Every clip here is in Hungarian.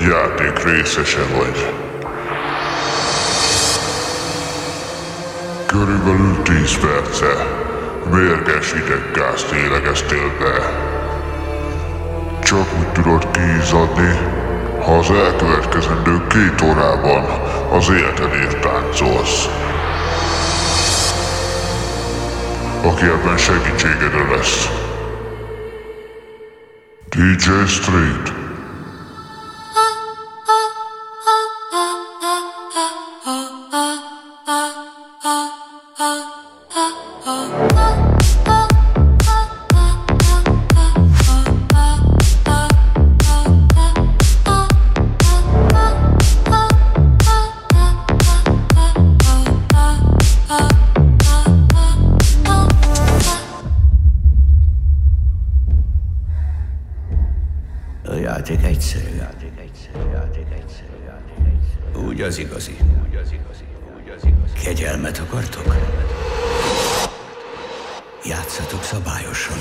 játék részese vagy. Körülbelül 10 perce mérges ideggázt lélegeztél be. Csak úgy tudod kiizzadni, ha az elkövetkezendő 2 órában az életedért táncolsz. Aki ebben segítségedre lesz. DJ Street. Úgy az igazi. Kegyelmet akartok? Játszatok szabályosan.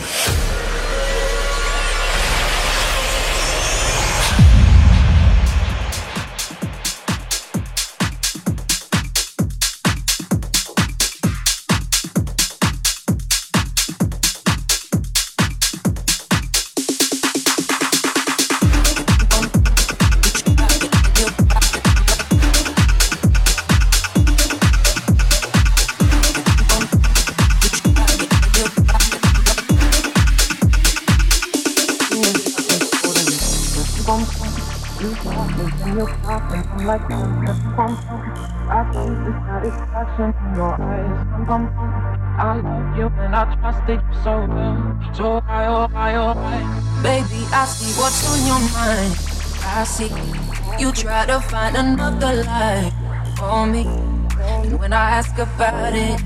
I love you and I trusted you so well. So why? Baby, I see what's on your mind. I see you try to find another life for me. And when I ask about it,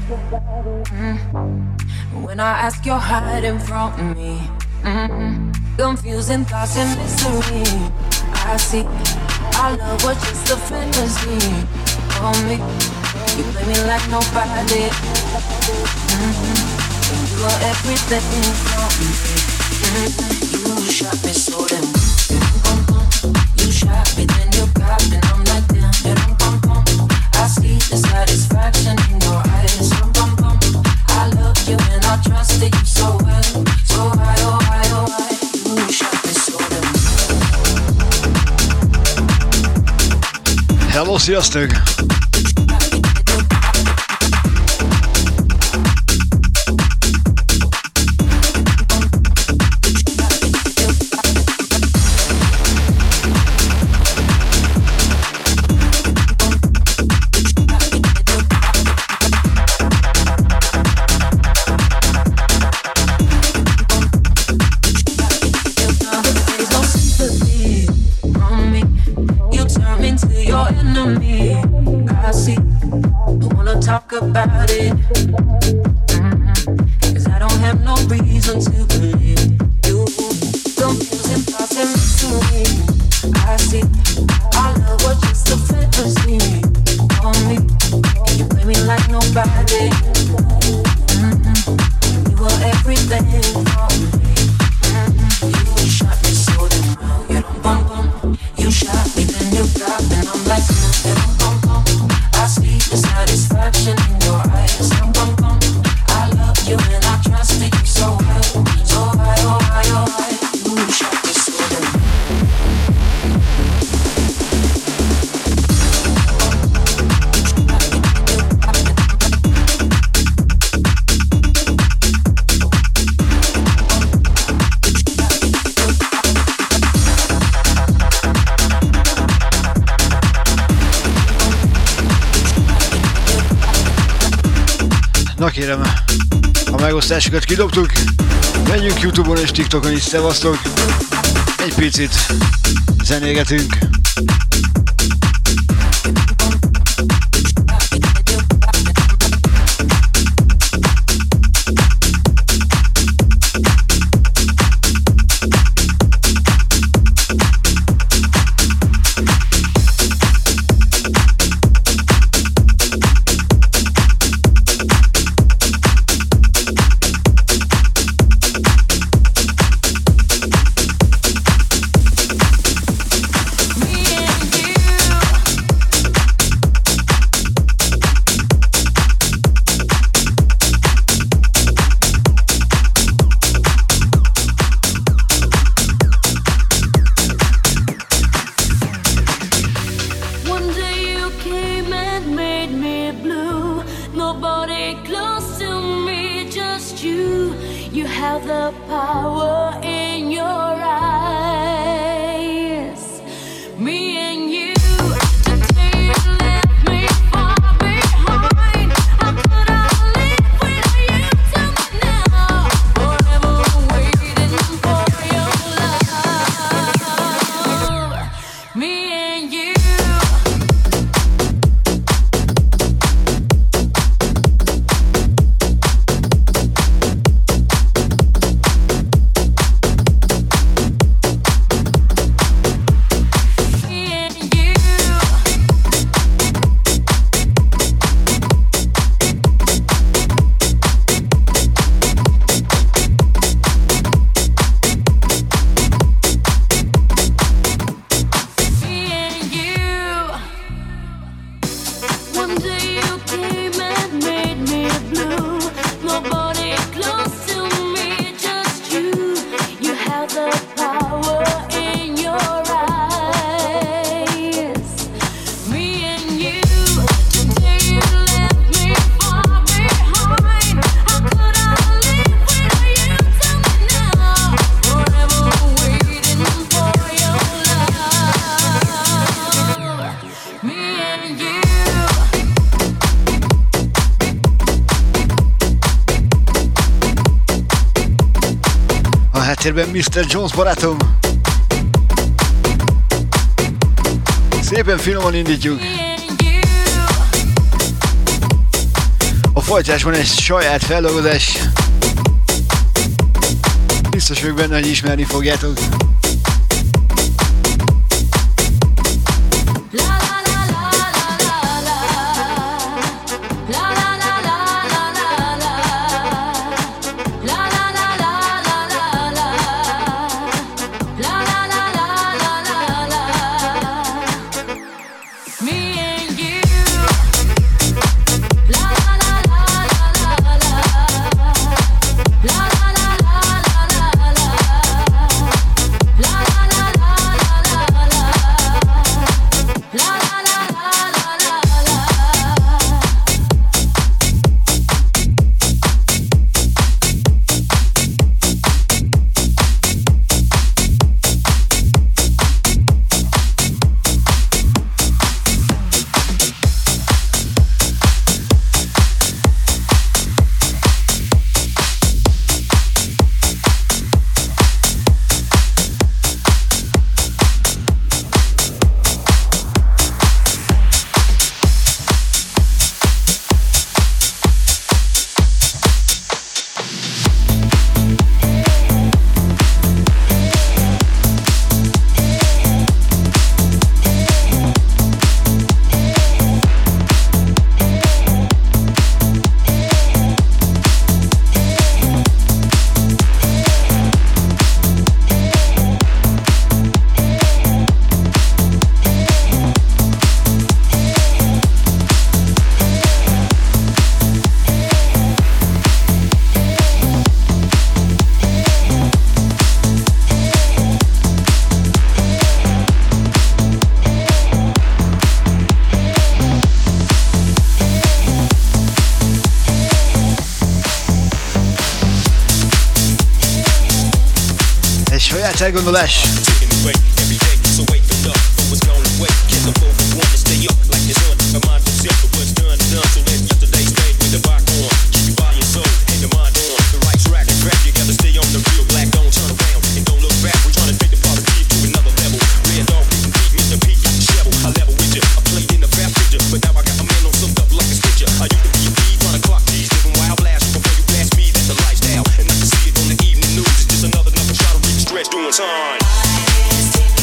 when I ask, you're hiding from me. Confusing thoughts and misery. I see our love was just a fantasy for me. You play me like nobody. And you are everything for me. You shot me so damn. You shot me, then you got me. I'm like damn. I see the satisfaction in your eyes. I loved you and I trusted you so well. So why? You shot me so damn. Hello, sziasztok! About it, 'cause I don't have no reason to believe you. Confusing thoughts and mystery. I see our love was just a fantasy on me. You play me like nobody. You were everything for me. You shot me so damn well. You don't bum. You shot me, then you got me. I'm like bum. I see the satisfaction in your eyes. I love you and I trusted you so well. So why? You shot me so damn. Na kérem, a megosztásokat kidobtuk, menjünk YouTube-on és TikTokon is, szevasztok, egy picit zenégetünk. Me nobody close to me, just you. You have the power in your eyes. Me and you. Mr. Jones barátom. Szépen finoman indítjuk. A folytásban egy saját feldolgozás. Biztos vagyok benne, hogy ismerni fogjátok. Elgondolás. Doing time.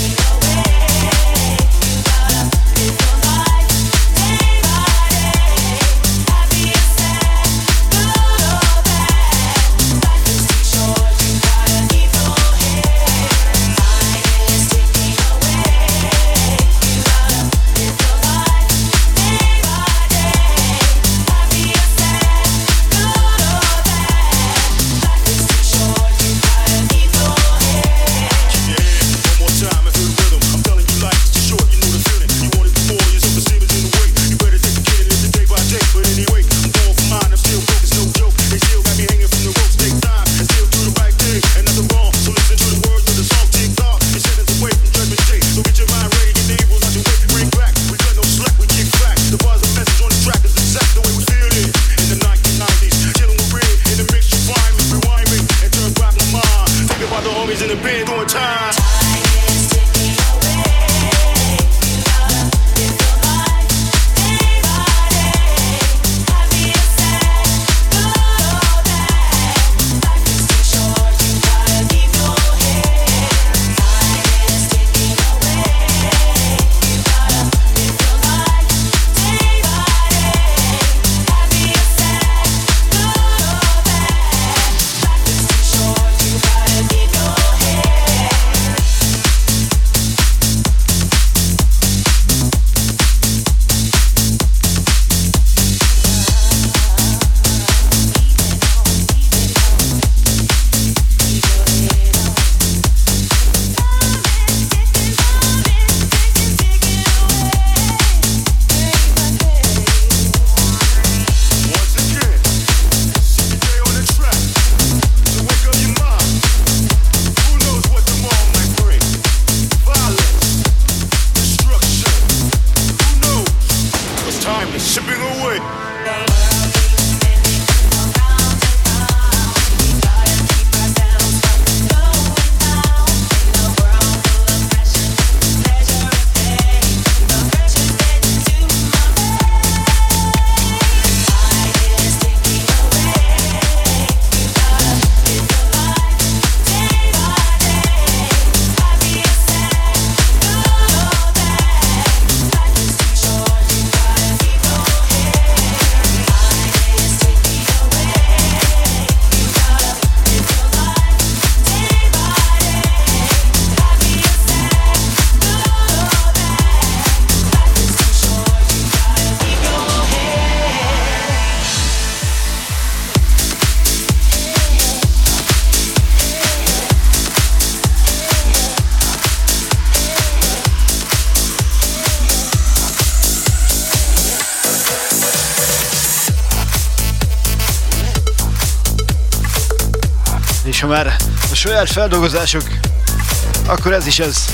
Fúj! És ha már a saját feldolgozások, akkor ez is ez.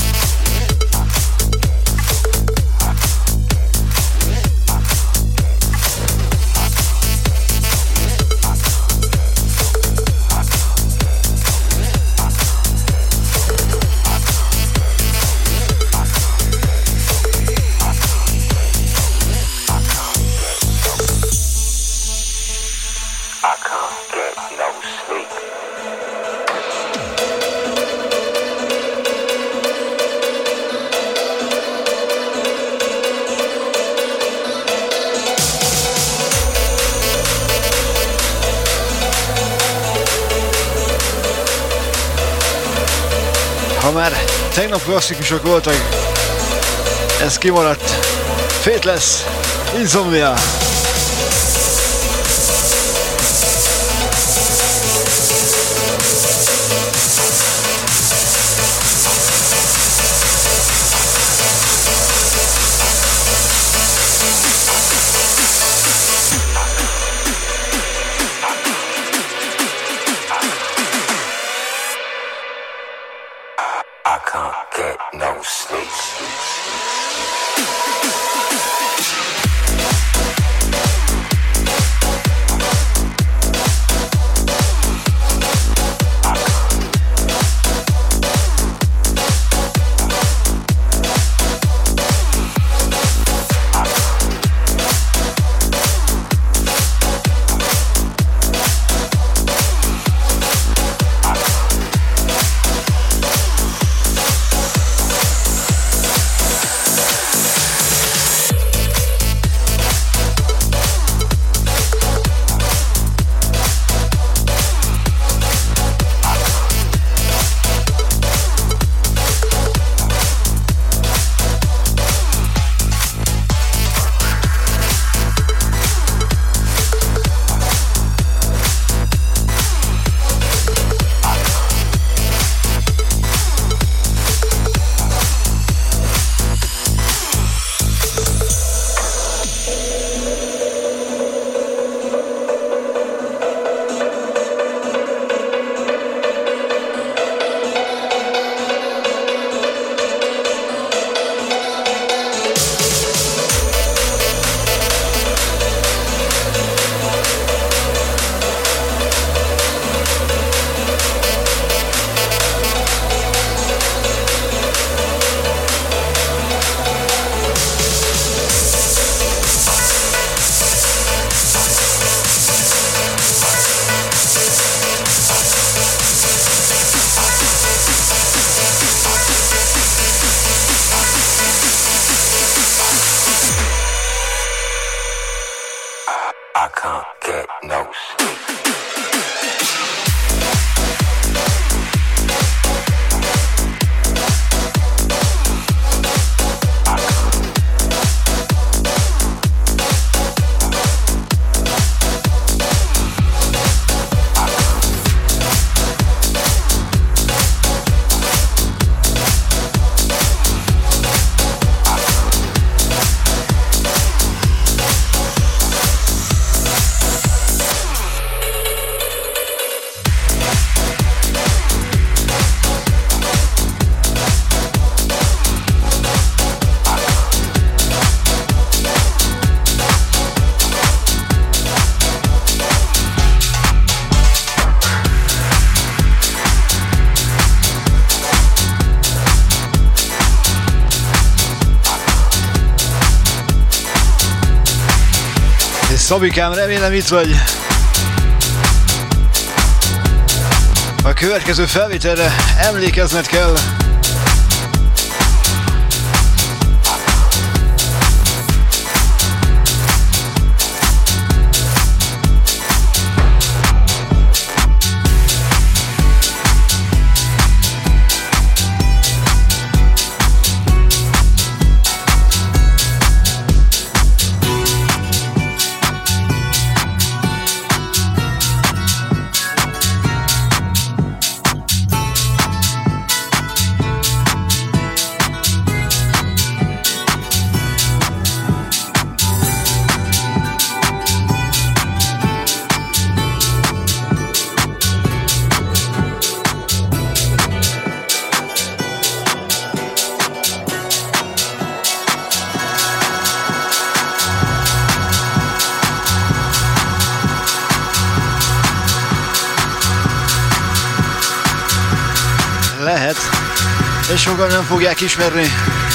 Ha már tegnap klasszikusok voltak, ez kimaradt. Faithless, Insomnia. Szabikám, remélem itt vagy. A következő felvételre emlékezned kell. Lehet, és sokan nem fogják ismerni.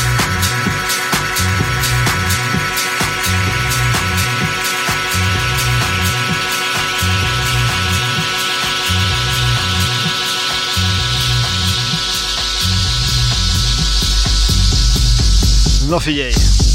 Na figyelj!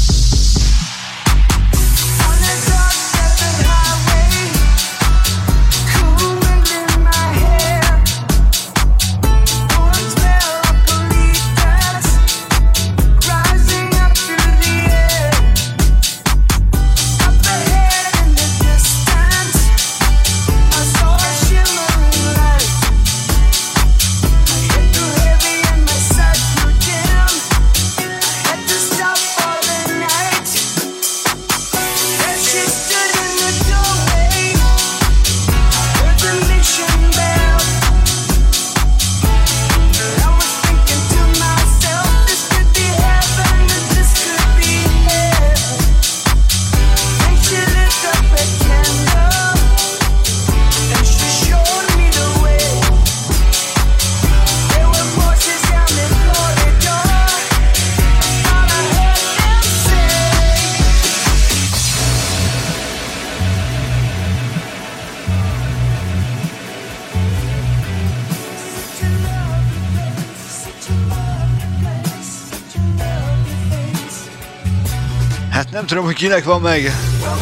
Hát nem tudom, hogy kinek van meg.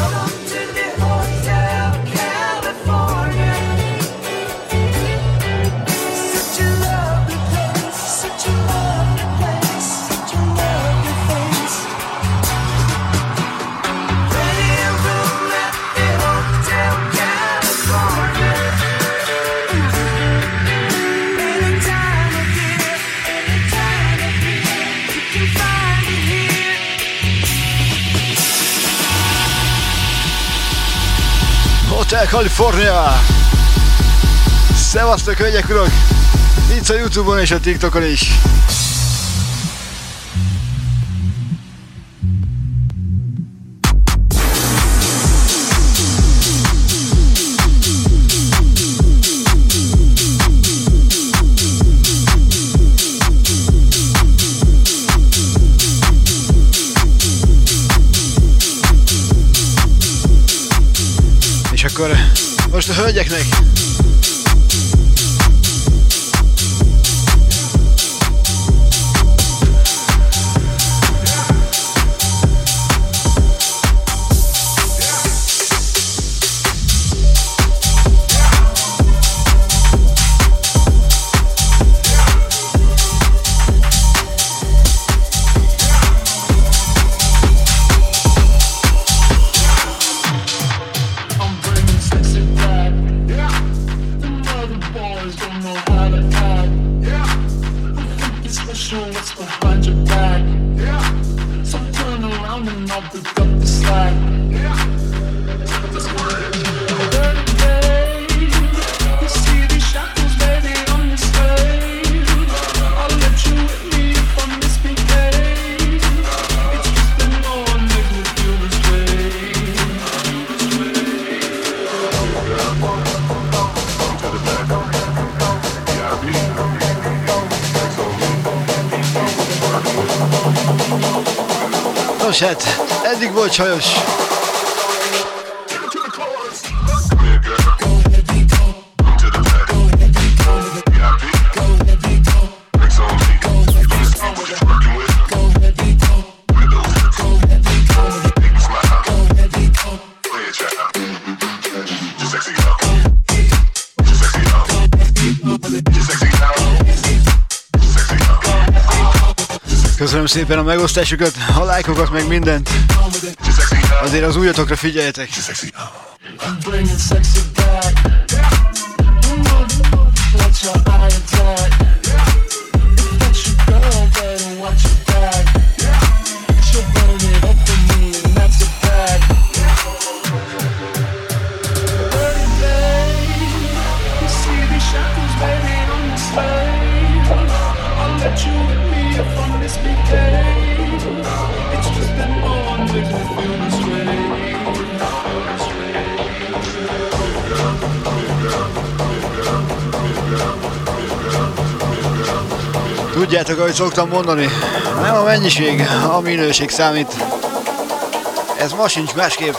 Hotel California! Szevasztok, hölgyek, urak! Itt a YouTube-on és a TikTokon is! Akkor most a hölgyeknek. Nos hát, eddig volt csajos. Köszönöm szépen a megosztásokat, a lájkokat, meg mindent. Azért az újatokra figyeljetek. Tudjátok, ahogy szoktam mondani, nem a mennyiség, a minőség számít. Ez ma sincs másképp.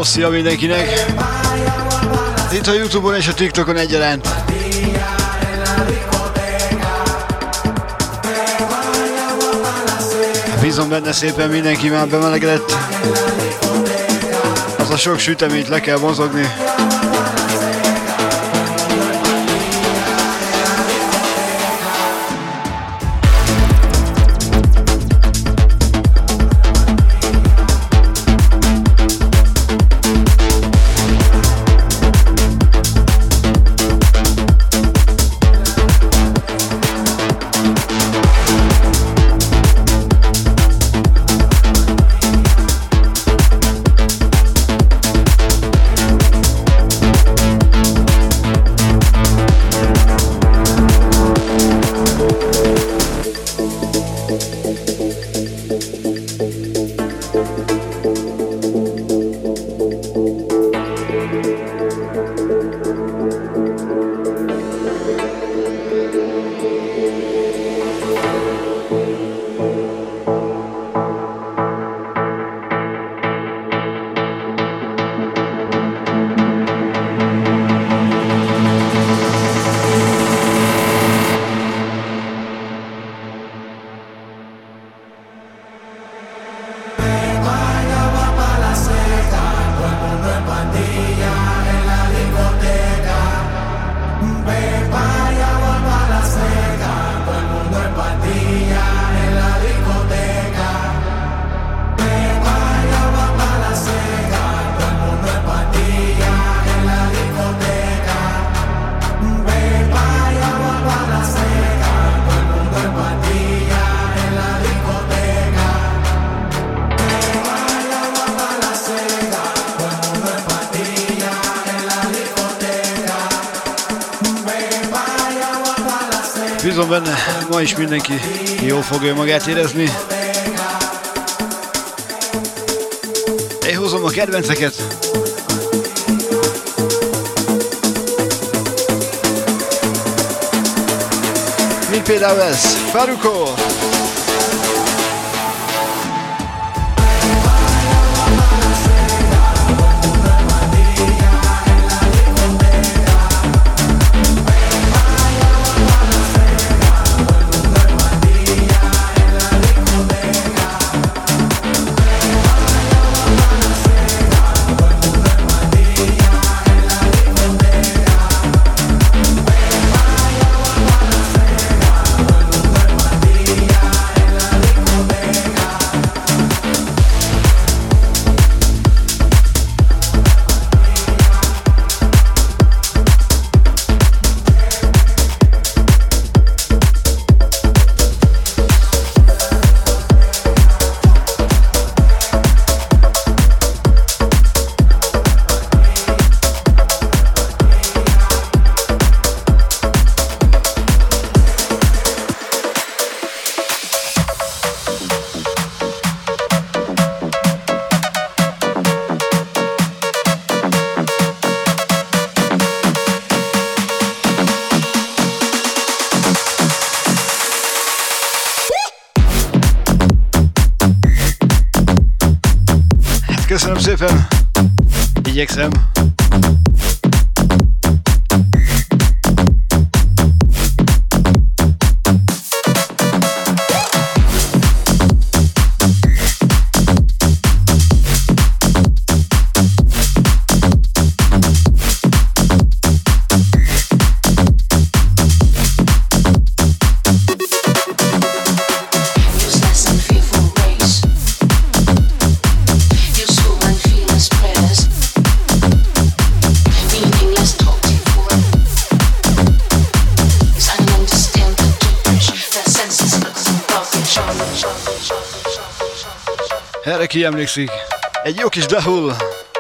szia mindenkinek! Itt a YouTube-on és a TikTokon egyaránt. Bízom benne, szépen mindenki már bemelegedett. Az a sok süteményt le kell mozogni. Bízom benne, ma is mindenki jól fogja magát érezni. Én húzom a kedvenceket. Mint például ez, Farruko! Köszönöm szépen, igyekszem. Erre ki emlékszik? Egy jó kis Dahul.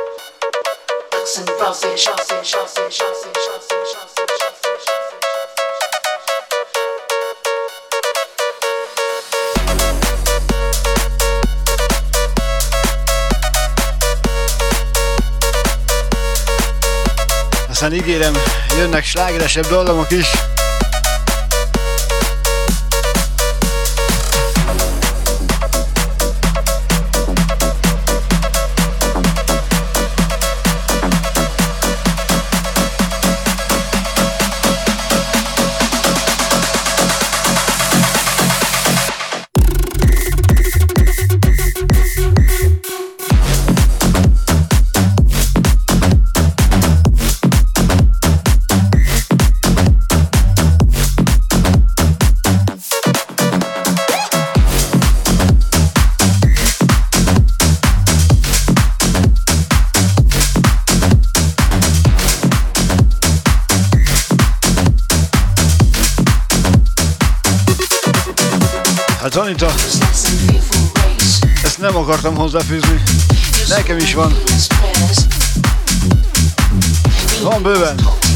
Aztán ígérem, jönnek slágeresebb dallamok is. Hát Anita, ezt nem akartam hozzáfűzni. Nekem is van. Van bőven.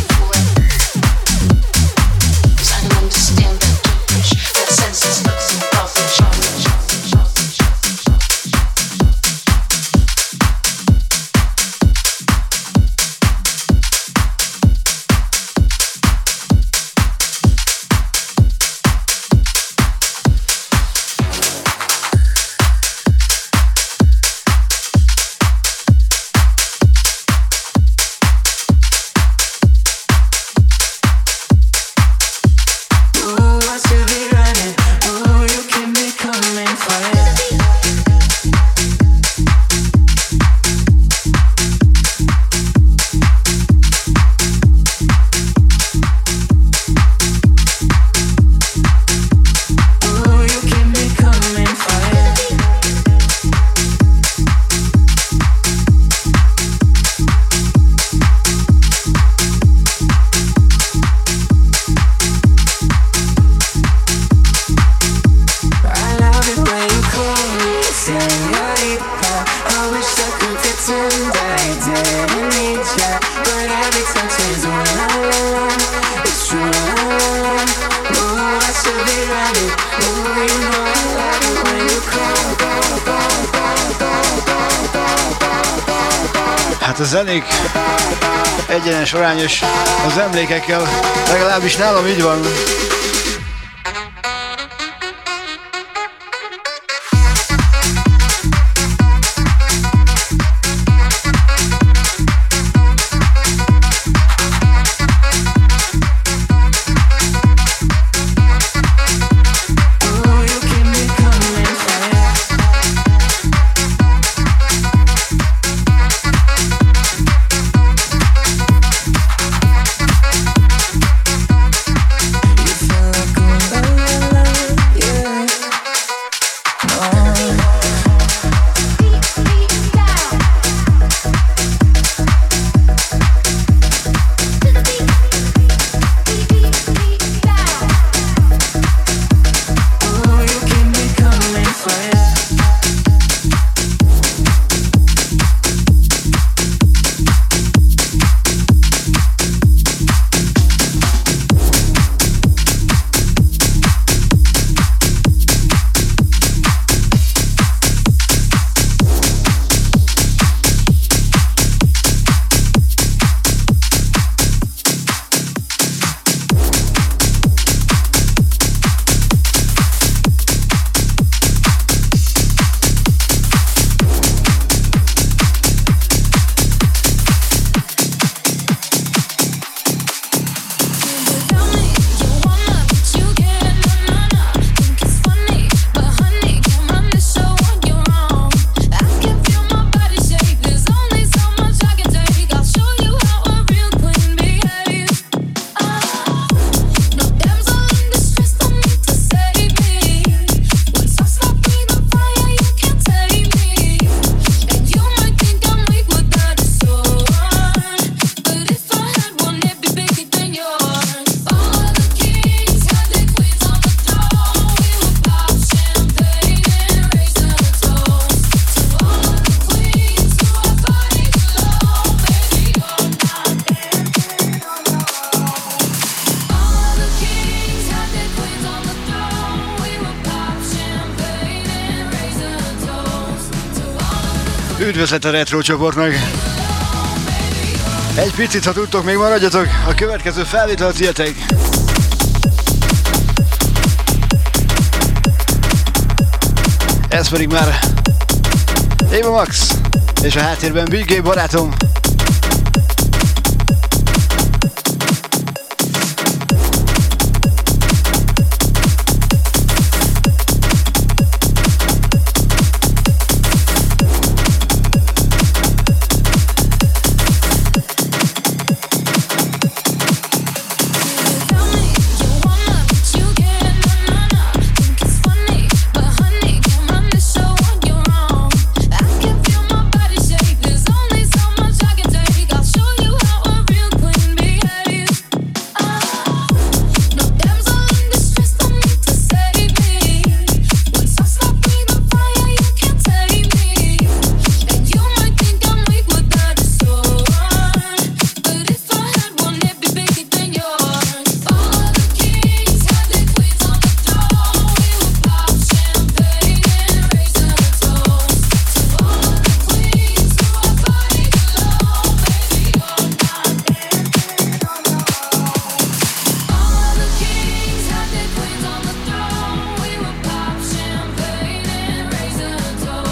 Hát a zenék egyenes arányos az emlékekkel, legalábbis nálam így van. Üdvözlet a Retro csoportnak! Egy picit, ha tudtok, még maradjatok, a következő felvétel az ilyetek. Ez pedig már Eva Max, és a háttérben Big Game barátom. I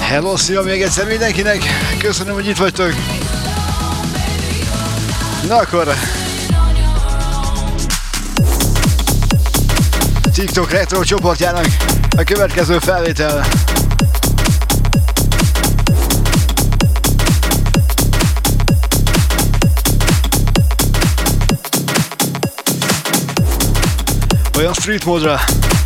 Hello, szia még egyszer mindenkinek! Köszönöm, hogy itt vagytok! Na akkor... TikTok Retro csoportjának a következő felvétel. Olyan street módra.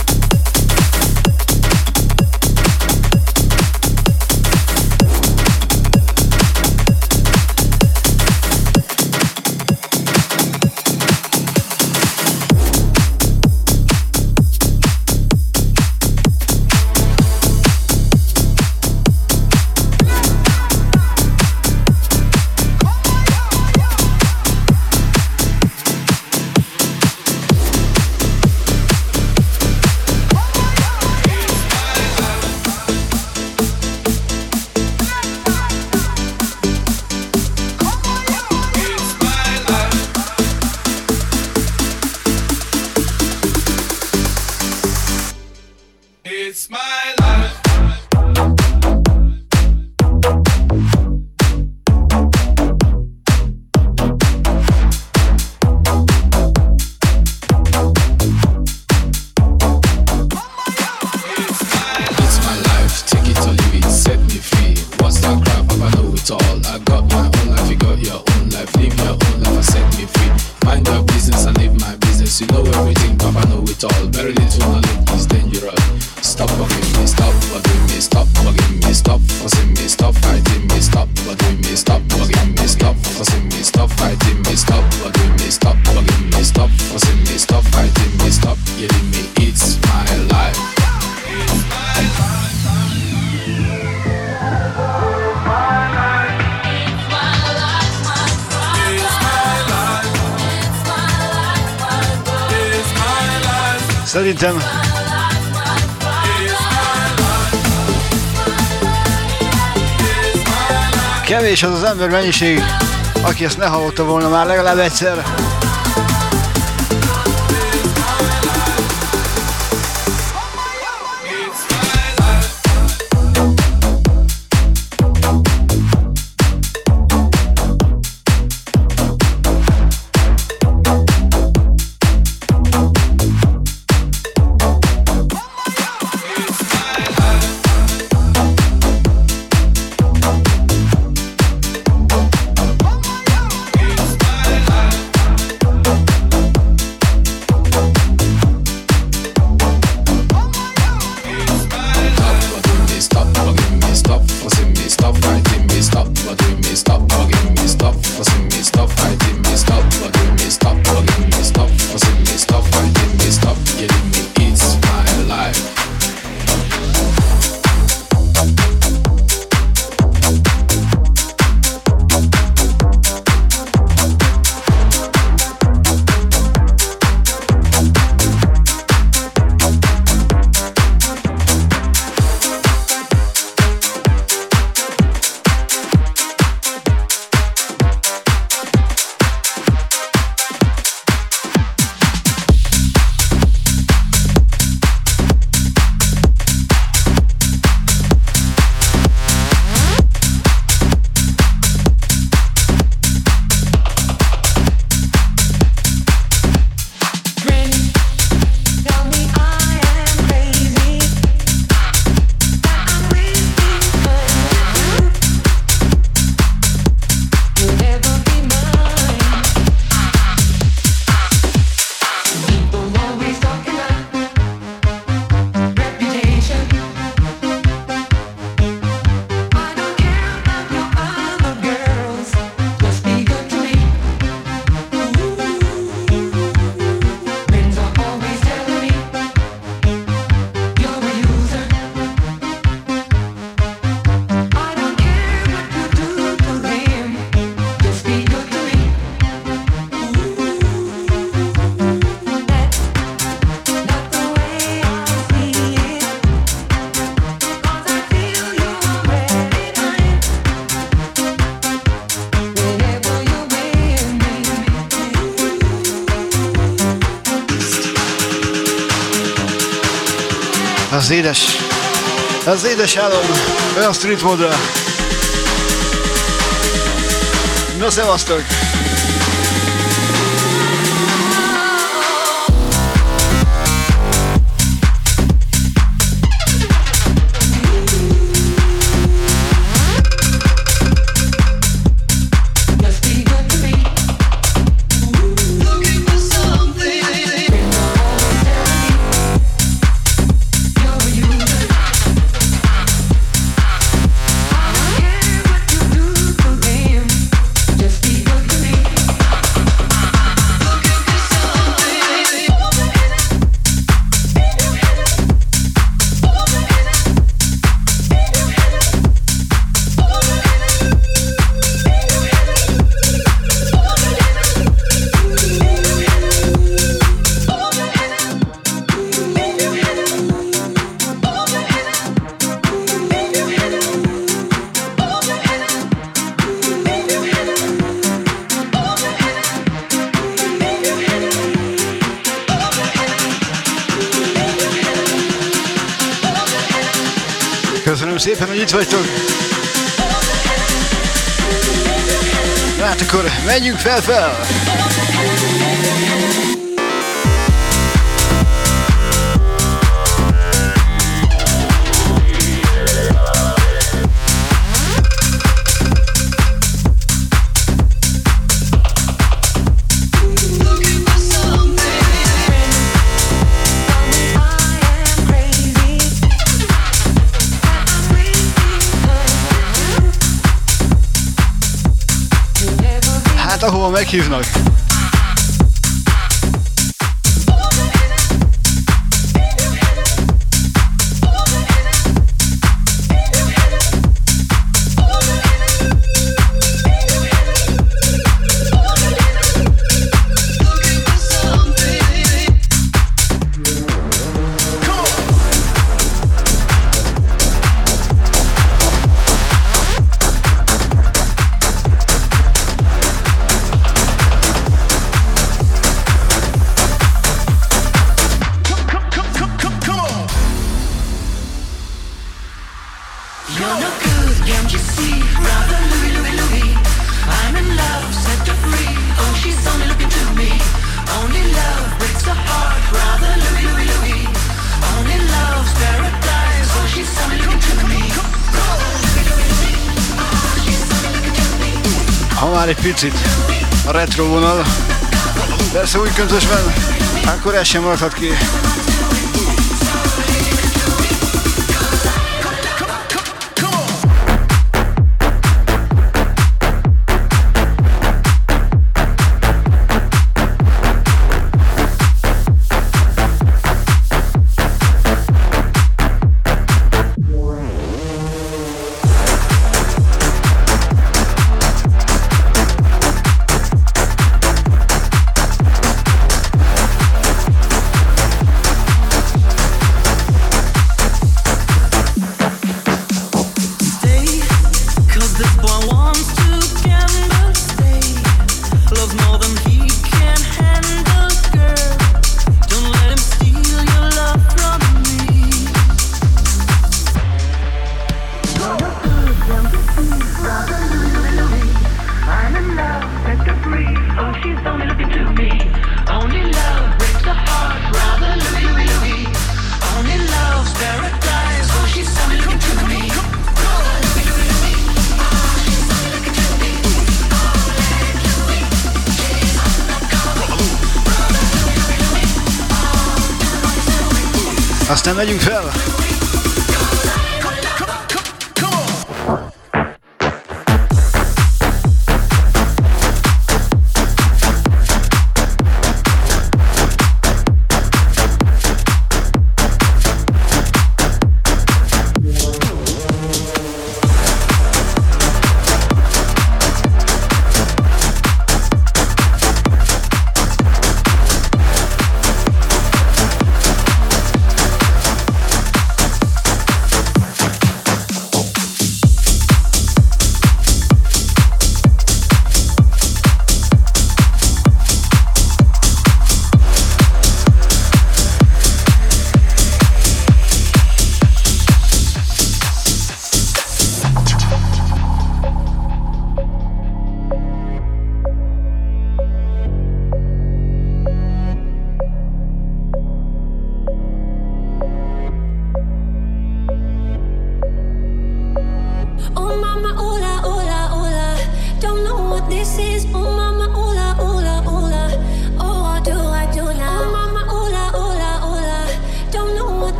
Szerintem kevés az az ember mennyiség, aki ezt ne hallotta volna már legalább egyszer. Az édes Az édes álom, olyan street módra. Na, szevasztok! Köszönöm szépen, hogy itt vagytok. Hát akkor menjünk fel! Ahova meghívnak. Ha már egy picit a retro vonal, persze úgy közösben, akkor ez sem maradhat ki. Aztán megyünk fel!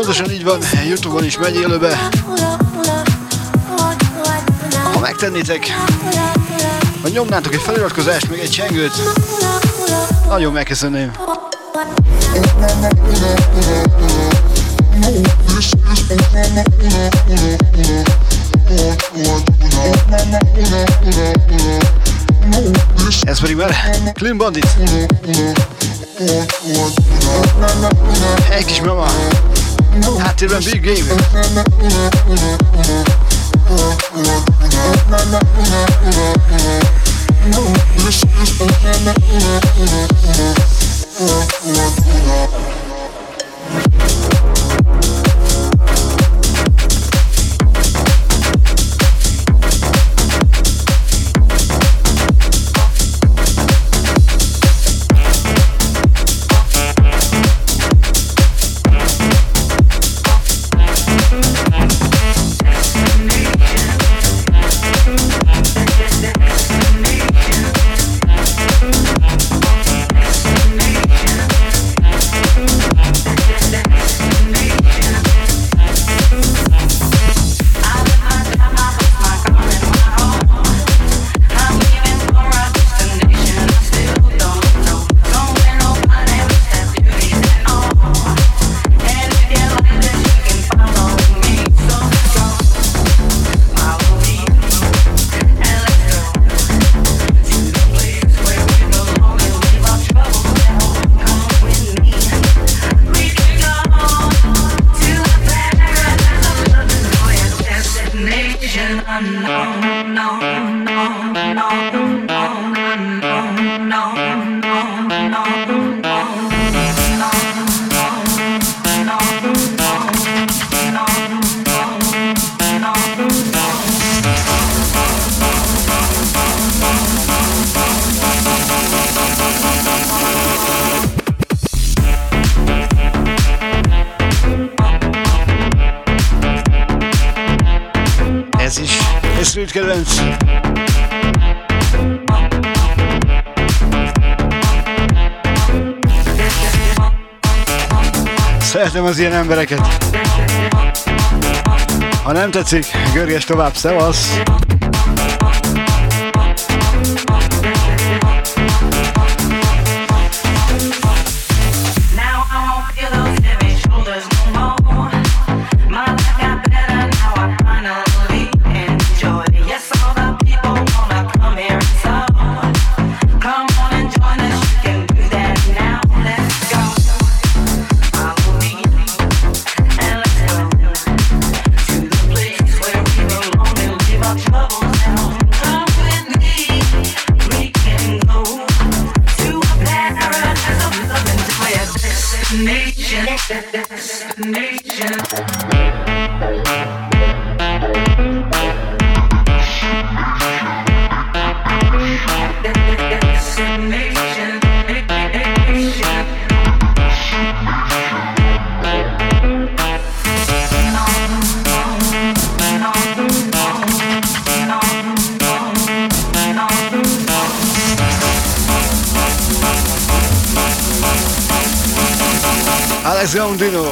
Pontosan így van, YouTube-on is megy élőbe. Ha megtennétek, vagy nyomnátok egy feliratkozást, meg egy csengőt, nagyon megköszönném. Ez pedig már Clean Bandit. Egy kis mama. Háttérben Big Game. Kedvenc. Szeretem az ilyen embereket. Ha nem tetszik, görges tovább, szevasz! Alex Gaundino.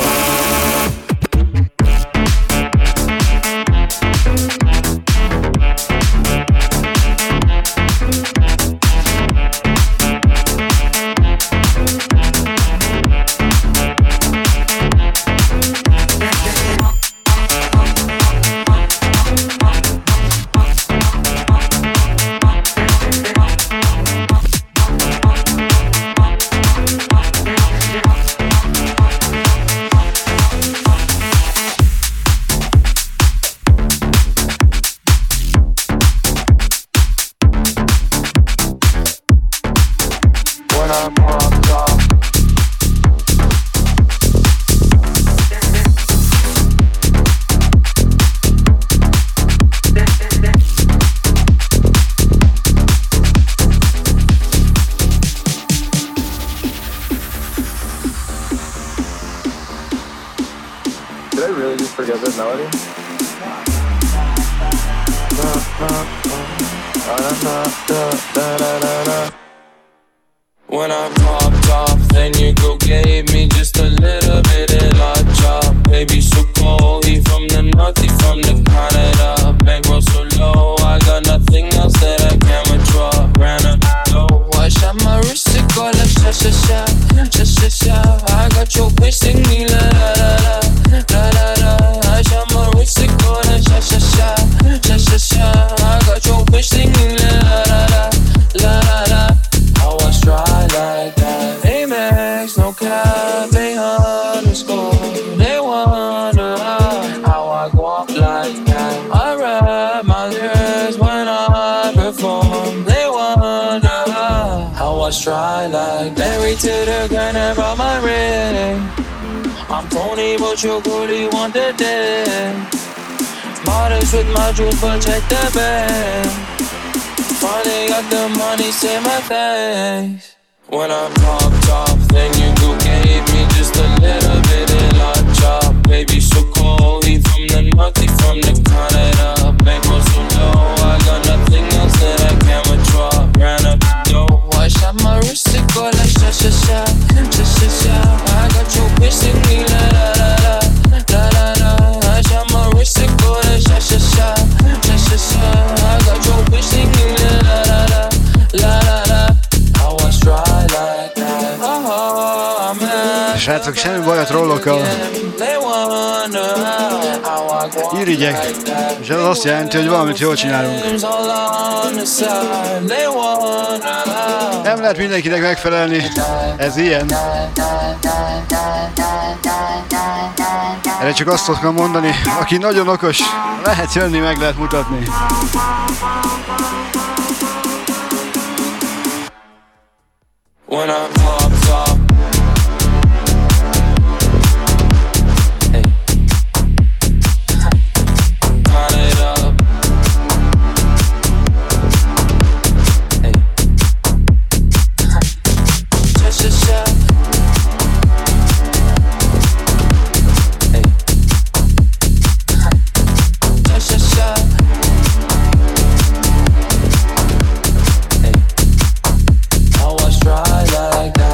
When I popped off, then your girl gave me just a little bit of la chop. baby so cold. He from the north, he from the Canada. Bankroll so low, I got nothing else that I can withdraw. Ran up low, I shot my wrist, it go like sha sha sha, sha sha sha. I got your bitch singing la la la la, la la la. I shot my wrist, it go like sha sha sha, sha sha sha. I got your bitch singing la la la la, la la la. I was dry like that. Amex, no cap, _. They wonder how I go up like that. I rap my lyrics when I perform. They wonder how I try like married to the girl that brought my ring. I'm Tony, but you're cool, you want the day. Modest with my juice, but check the bag. Finally got the money, say my thanks. When I popped off, then you go gave me just a little bit of love chop. Baby so cold, he from the north, he from the Canada. Bankroll so low, I got nothing else that I can withdraw. Ran up the dough, I shot my wrist, it go like sha sha sha, sha sha sha. I got your bitch singing la la la la, la la la. I shot my wrist, it go like sha sha sha, sha sha sha. I got your bitch singing la la la la, la la la. I was dry like that. Oh man. Srácok, semmi baj a trollokkal. Irigyek, és ez azt jelenti, hogy valamit jól csinálunk. Nem lehet mindenkinek megfelelni, ez ilyen. Erre csak azt tudom mondani, aki nagyon okos, lehet jönni, meg lehet mutatni. When I popped up, hey, count it up, hey, just a shot, hey, just a shot, hey, I was dry like that.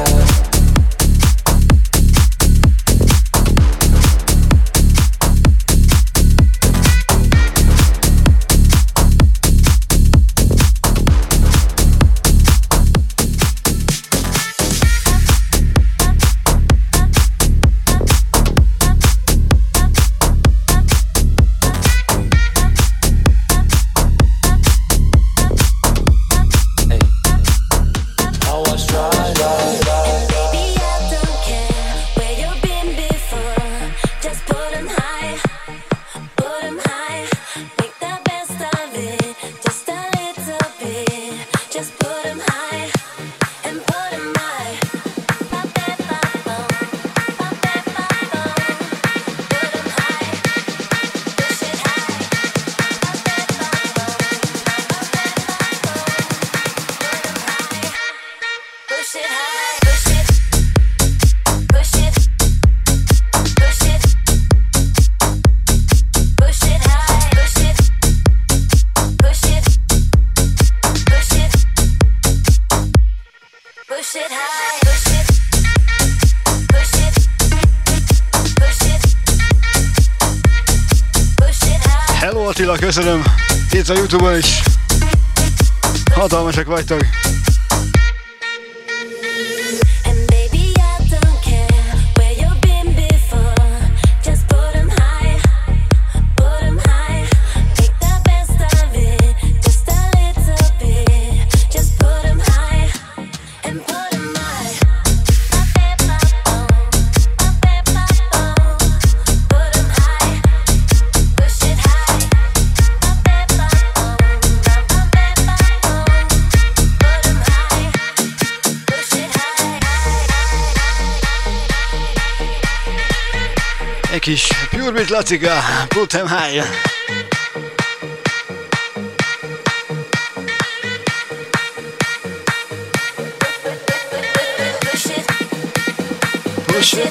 Attila, köszönöm. Itt a YouTube-on is. Hatalmasak vagytok. Kis Pure Beat Lacika, Put Them High. Push it.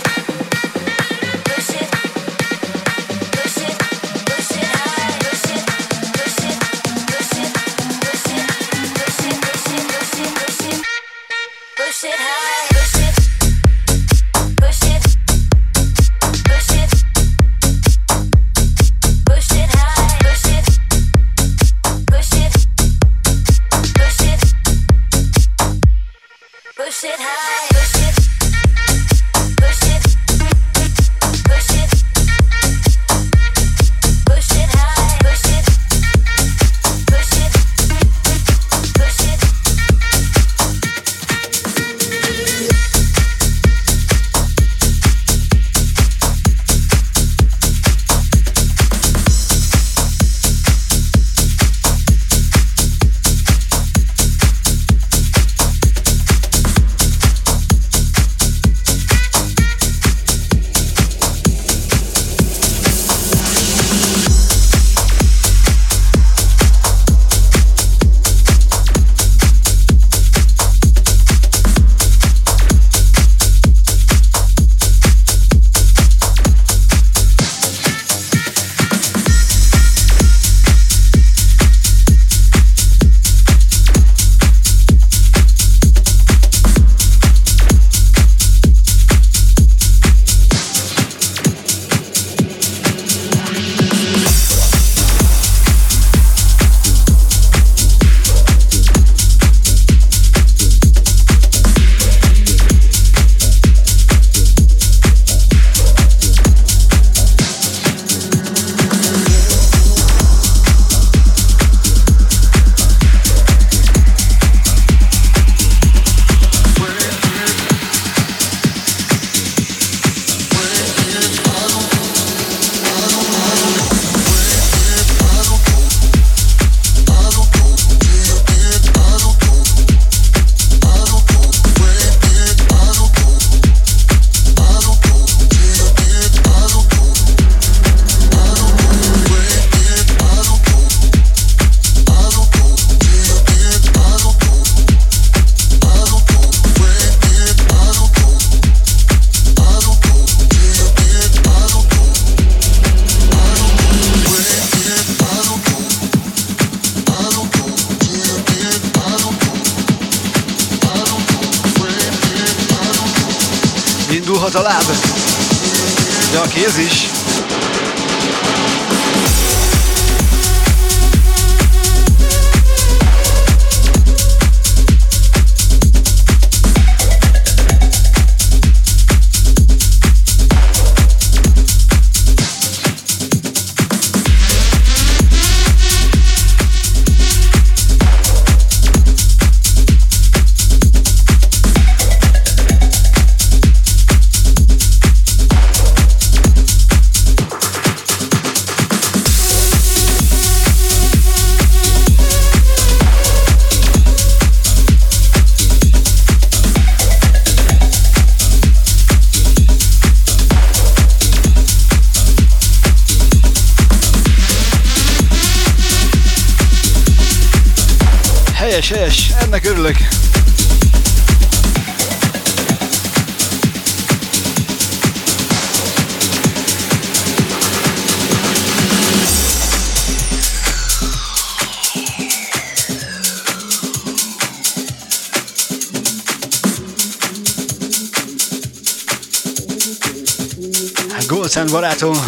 Indulhat a láb, de a kéz is. Helyes, ennek örülök. Golcán barátom.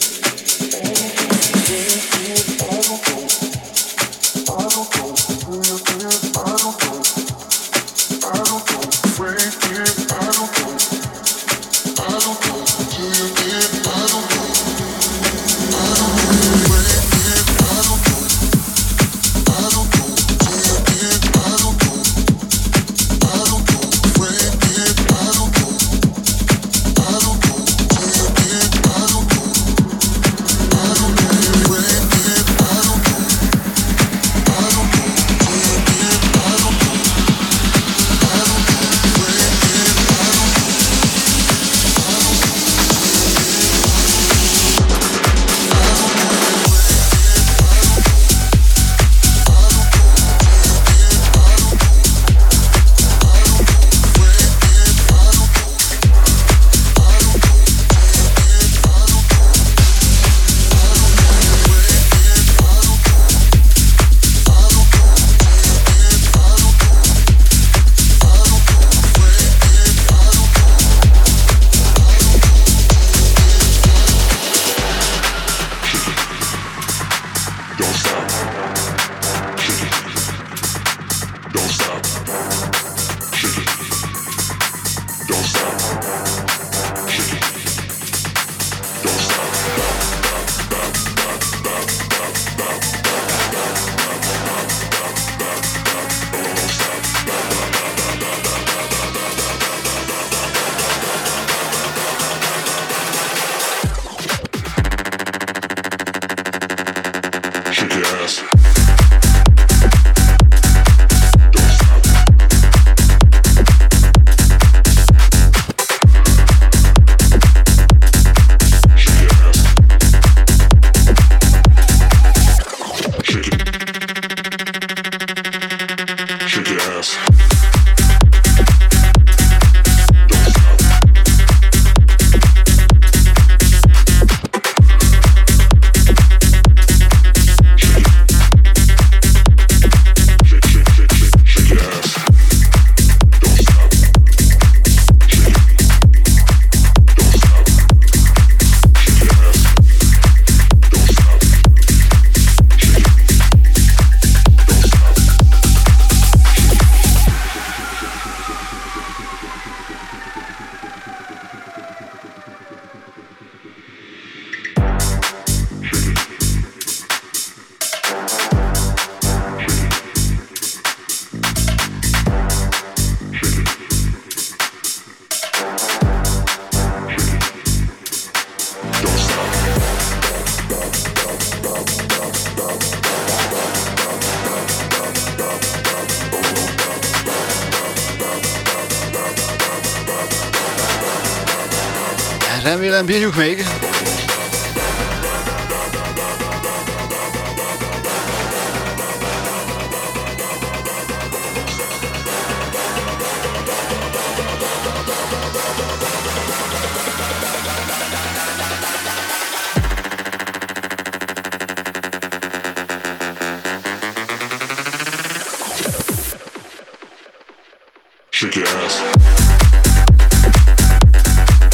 Remélem bírjuk még. Shake your ass.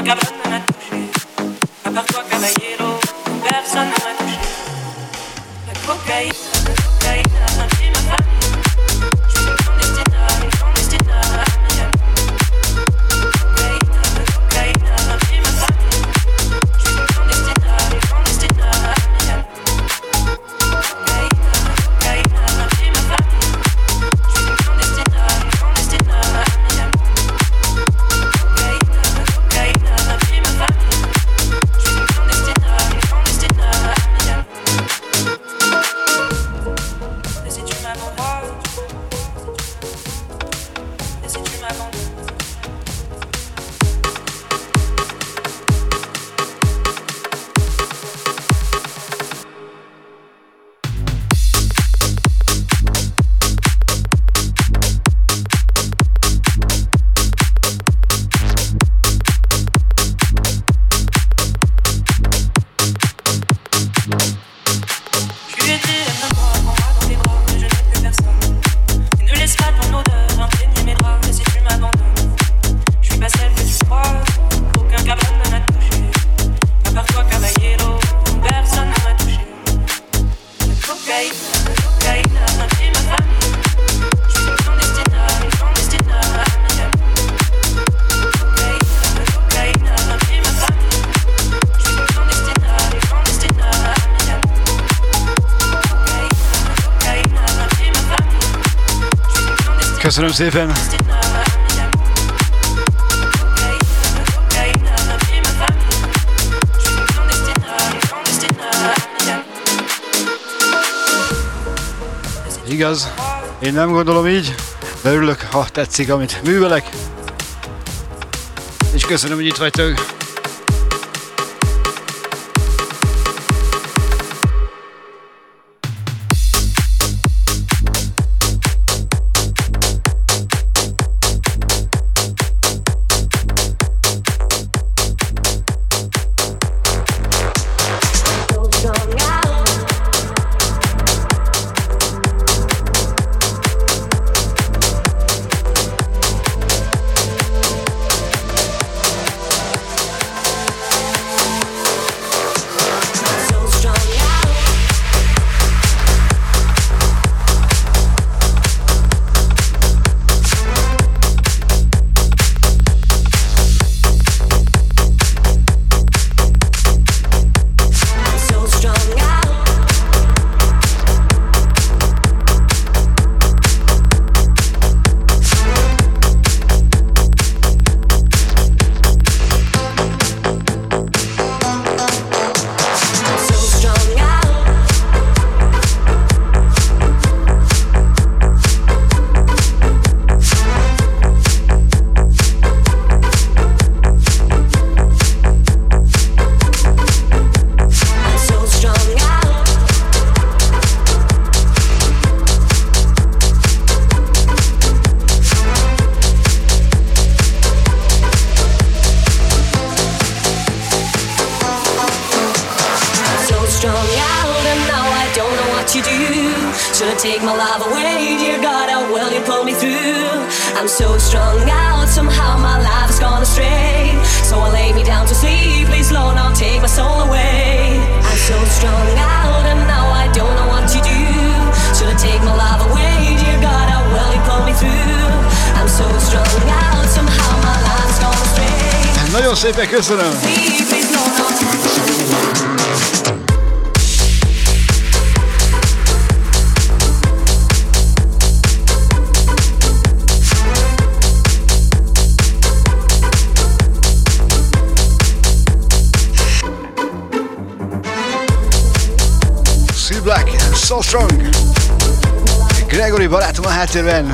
cabane ne m'a touché. À part toi, caballero, personne ne m'a touché. La cocaïne, a pris ma famille. Je suis une clandestina, Miami. Cocaïne, a pris ma famille. Je suis une clandestina, Miami. Cocaïne, a pris ma famille. Je suis une clandestina, Miami. Cocaïne, a pris ma famille. Je suis une clandestina, Miami. Et si tu m'abandonnes, et si tu m'abandonnes. Köszönöm szépen! Igaz, én nem gondolom így, de örülök, ha tetszik, amit művelek. És köszönöm, hogy itt vagytok. Nagyon szépen köszönöm! Sea Black, So Strong! Gregory barátom a háttérben!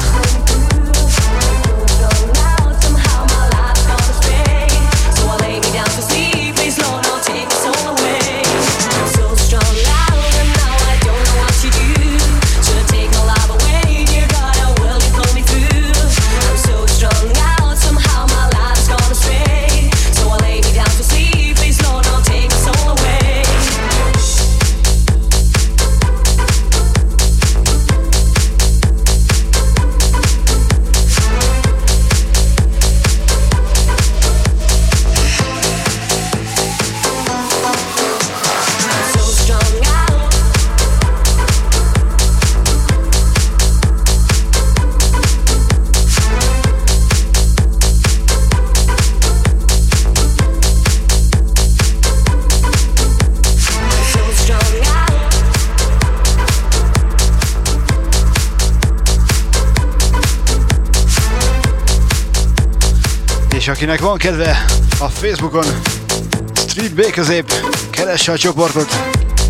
És akinek van kedve a Facebookon, Street B közép, keresse a csoportot.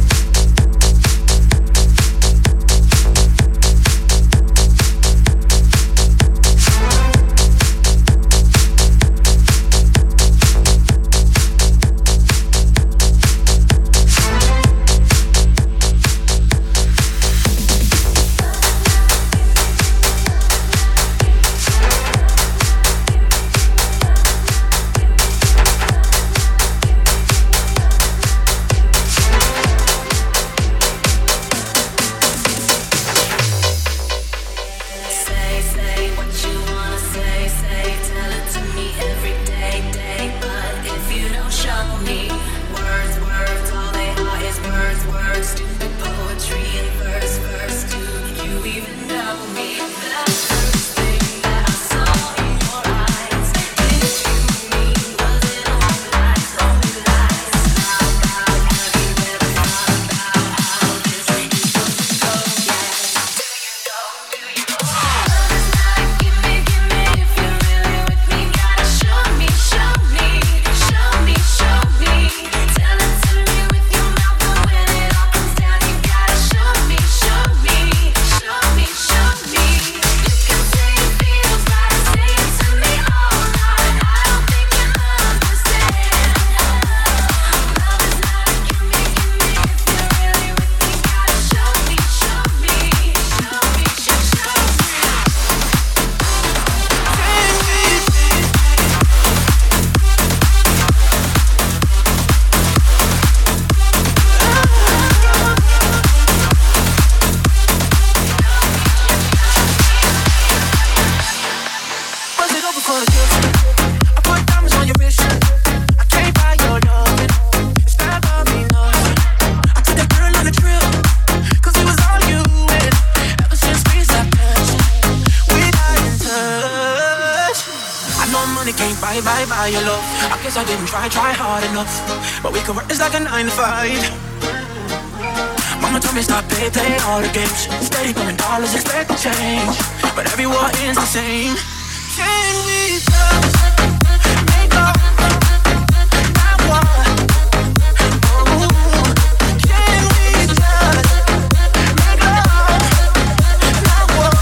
Try hard enough, but we can work this like a 9 to 5. Mama told me stop play all the games. Steady going dollars, expect to change, but every war ends the same. Can we just make up that war? Oh, can we just make up that war?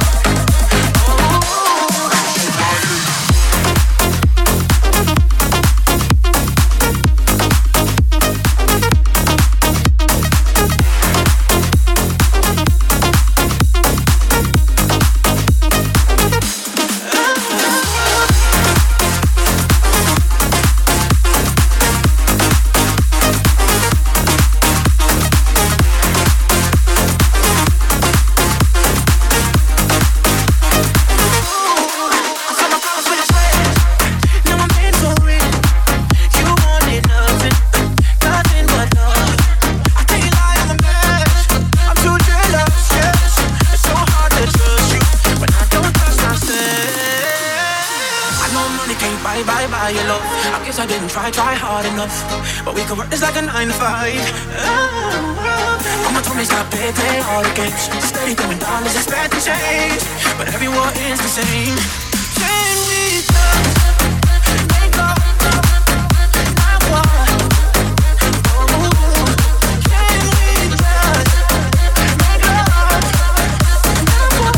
Try hard enough, but we can work this like a 9 to 5. Mama told me stop play all the games. Steady going dollars, expect to change, but every war ends the same. Can we just make up that war? Oh, can we just make up that war?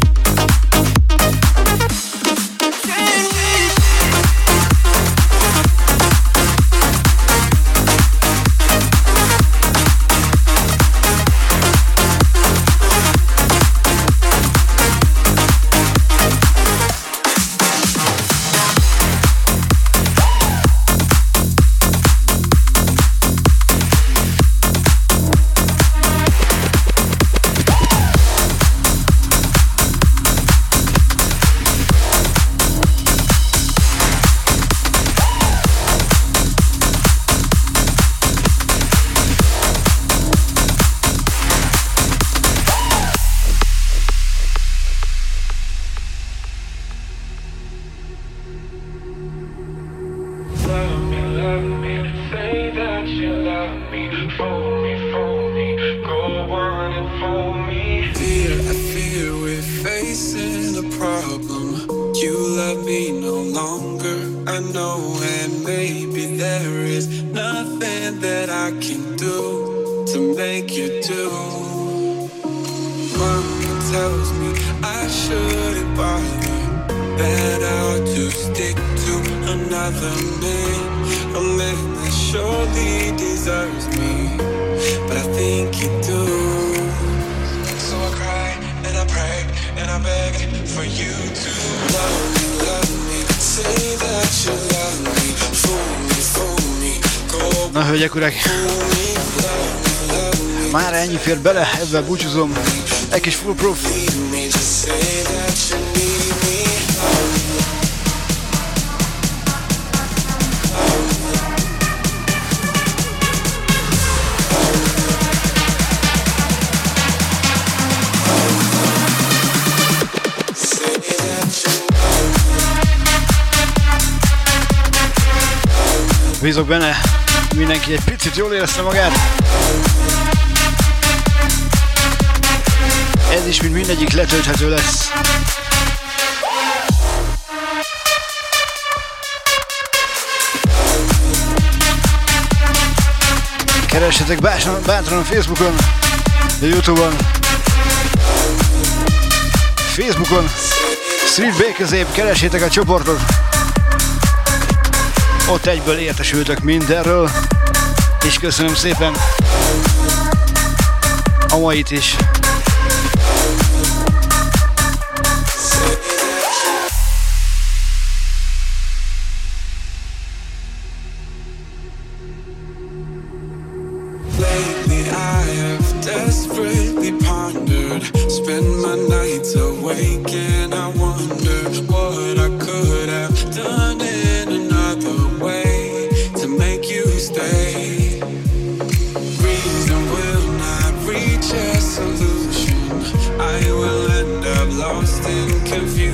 Can we me no longer. I know, and maybe there is nothing that I can do to make you do. Mama tells me I shouldn't bother, that I ought to stick to another man, a man that surely deserves me, but I think you do. So I cry and I pray and I beg for you to love me, say that you love me, fool me, go. Na hölgyek, urak, már ennyi fér bele, ebben búcsúzom. Egy kis full proof. Bízok benne, mindenki egy picit jól érezte magát. Ez is, mint mindegyik, letölthető lesz. Keressetek bátran a Facebookon, a Youtube-on. Facebookon, Street Békezép, keressétek a csoportot. Ott egyből értesültök mindenről, és köszönöm szépen a mait is. Lately I have desperately pondered, spend my nights awake and I wonder what I could have done in another way to make you stay. Reason will not reach a solution, I will end up lost in confusion.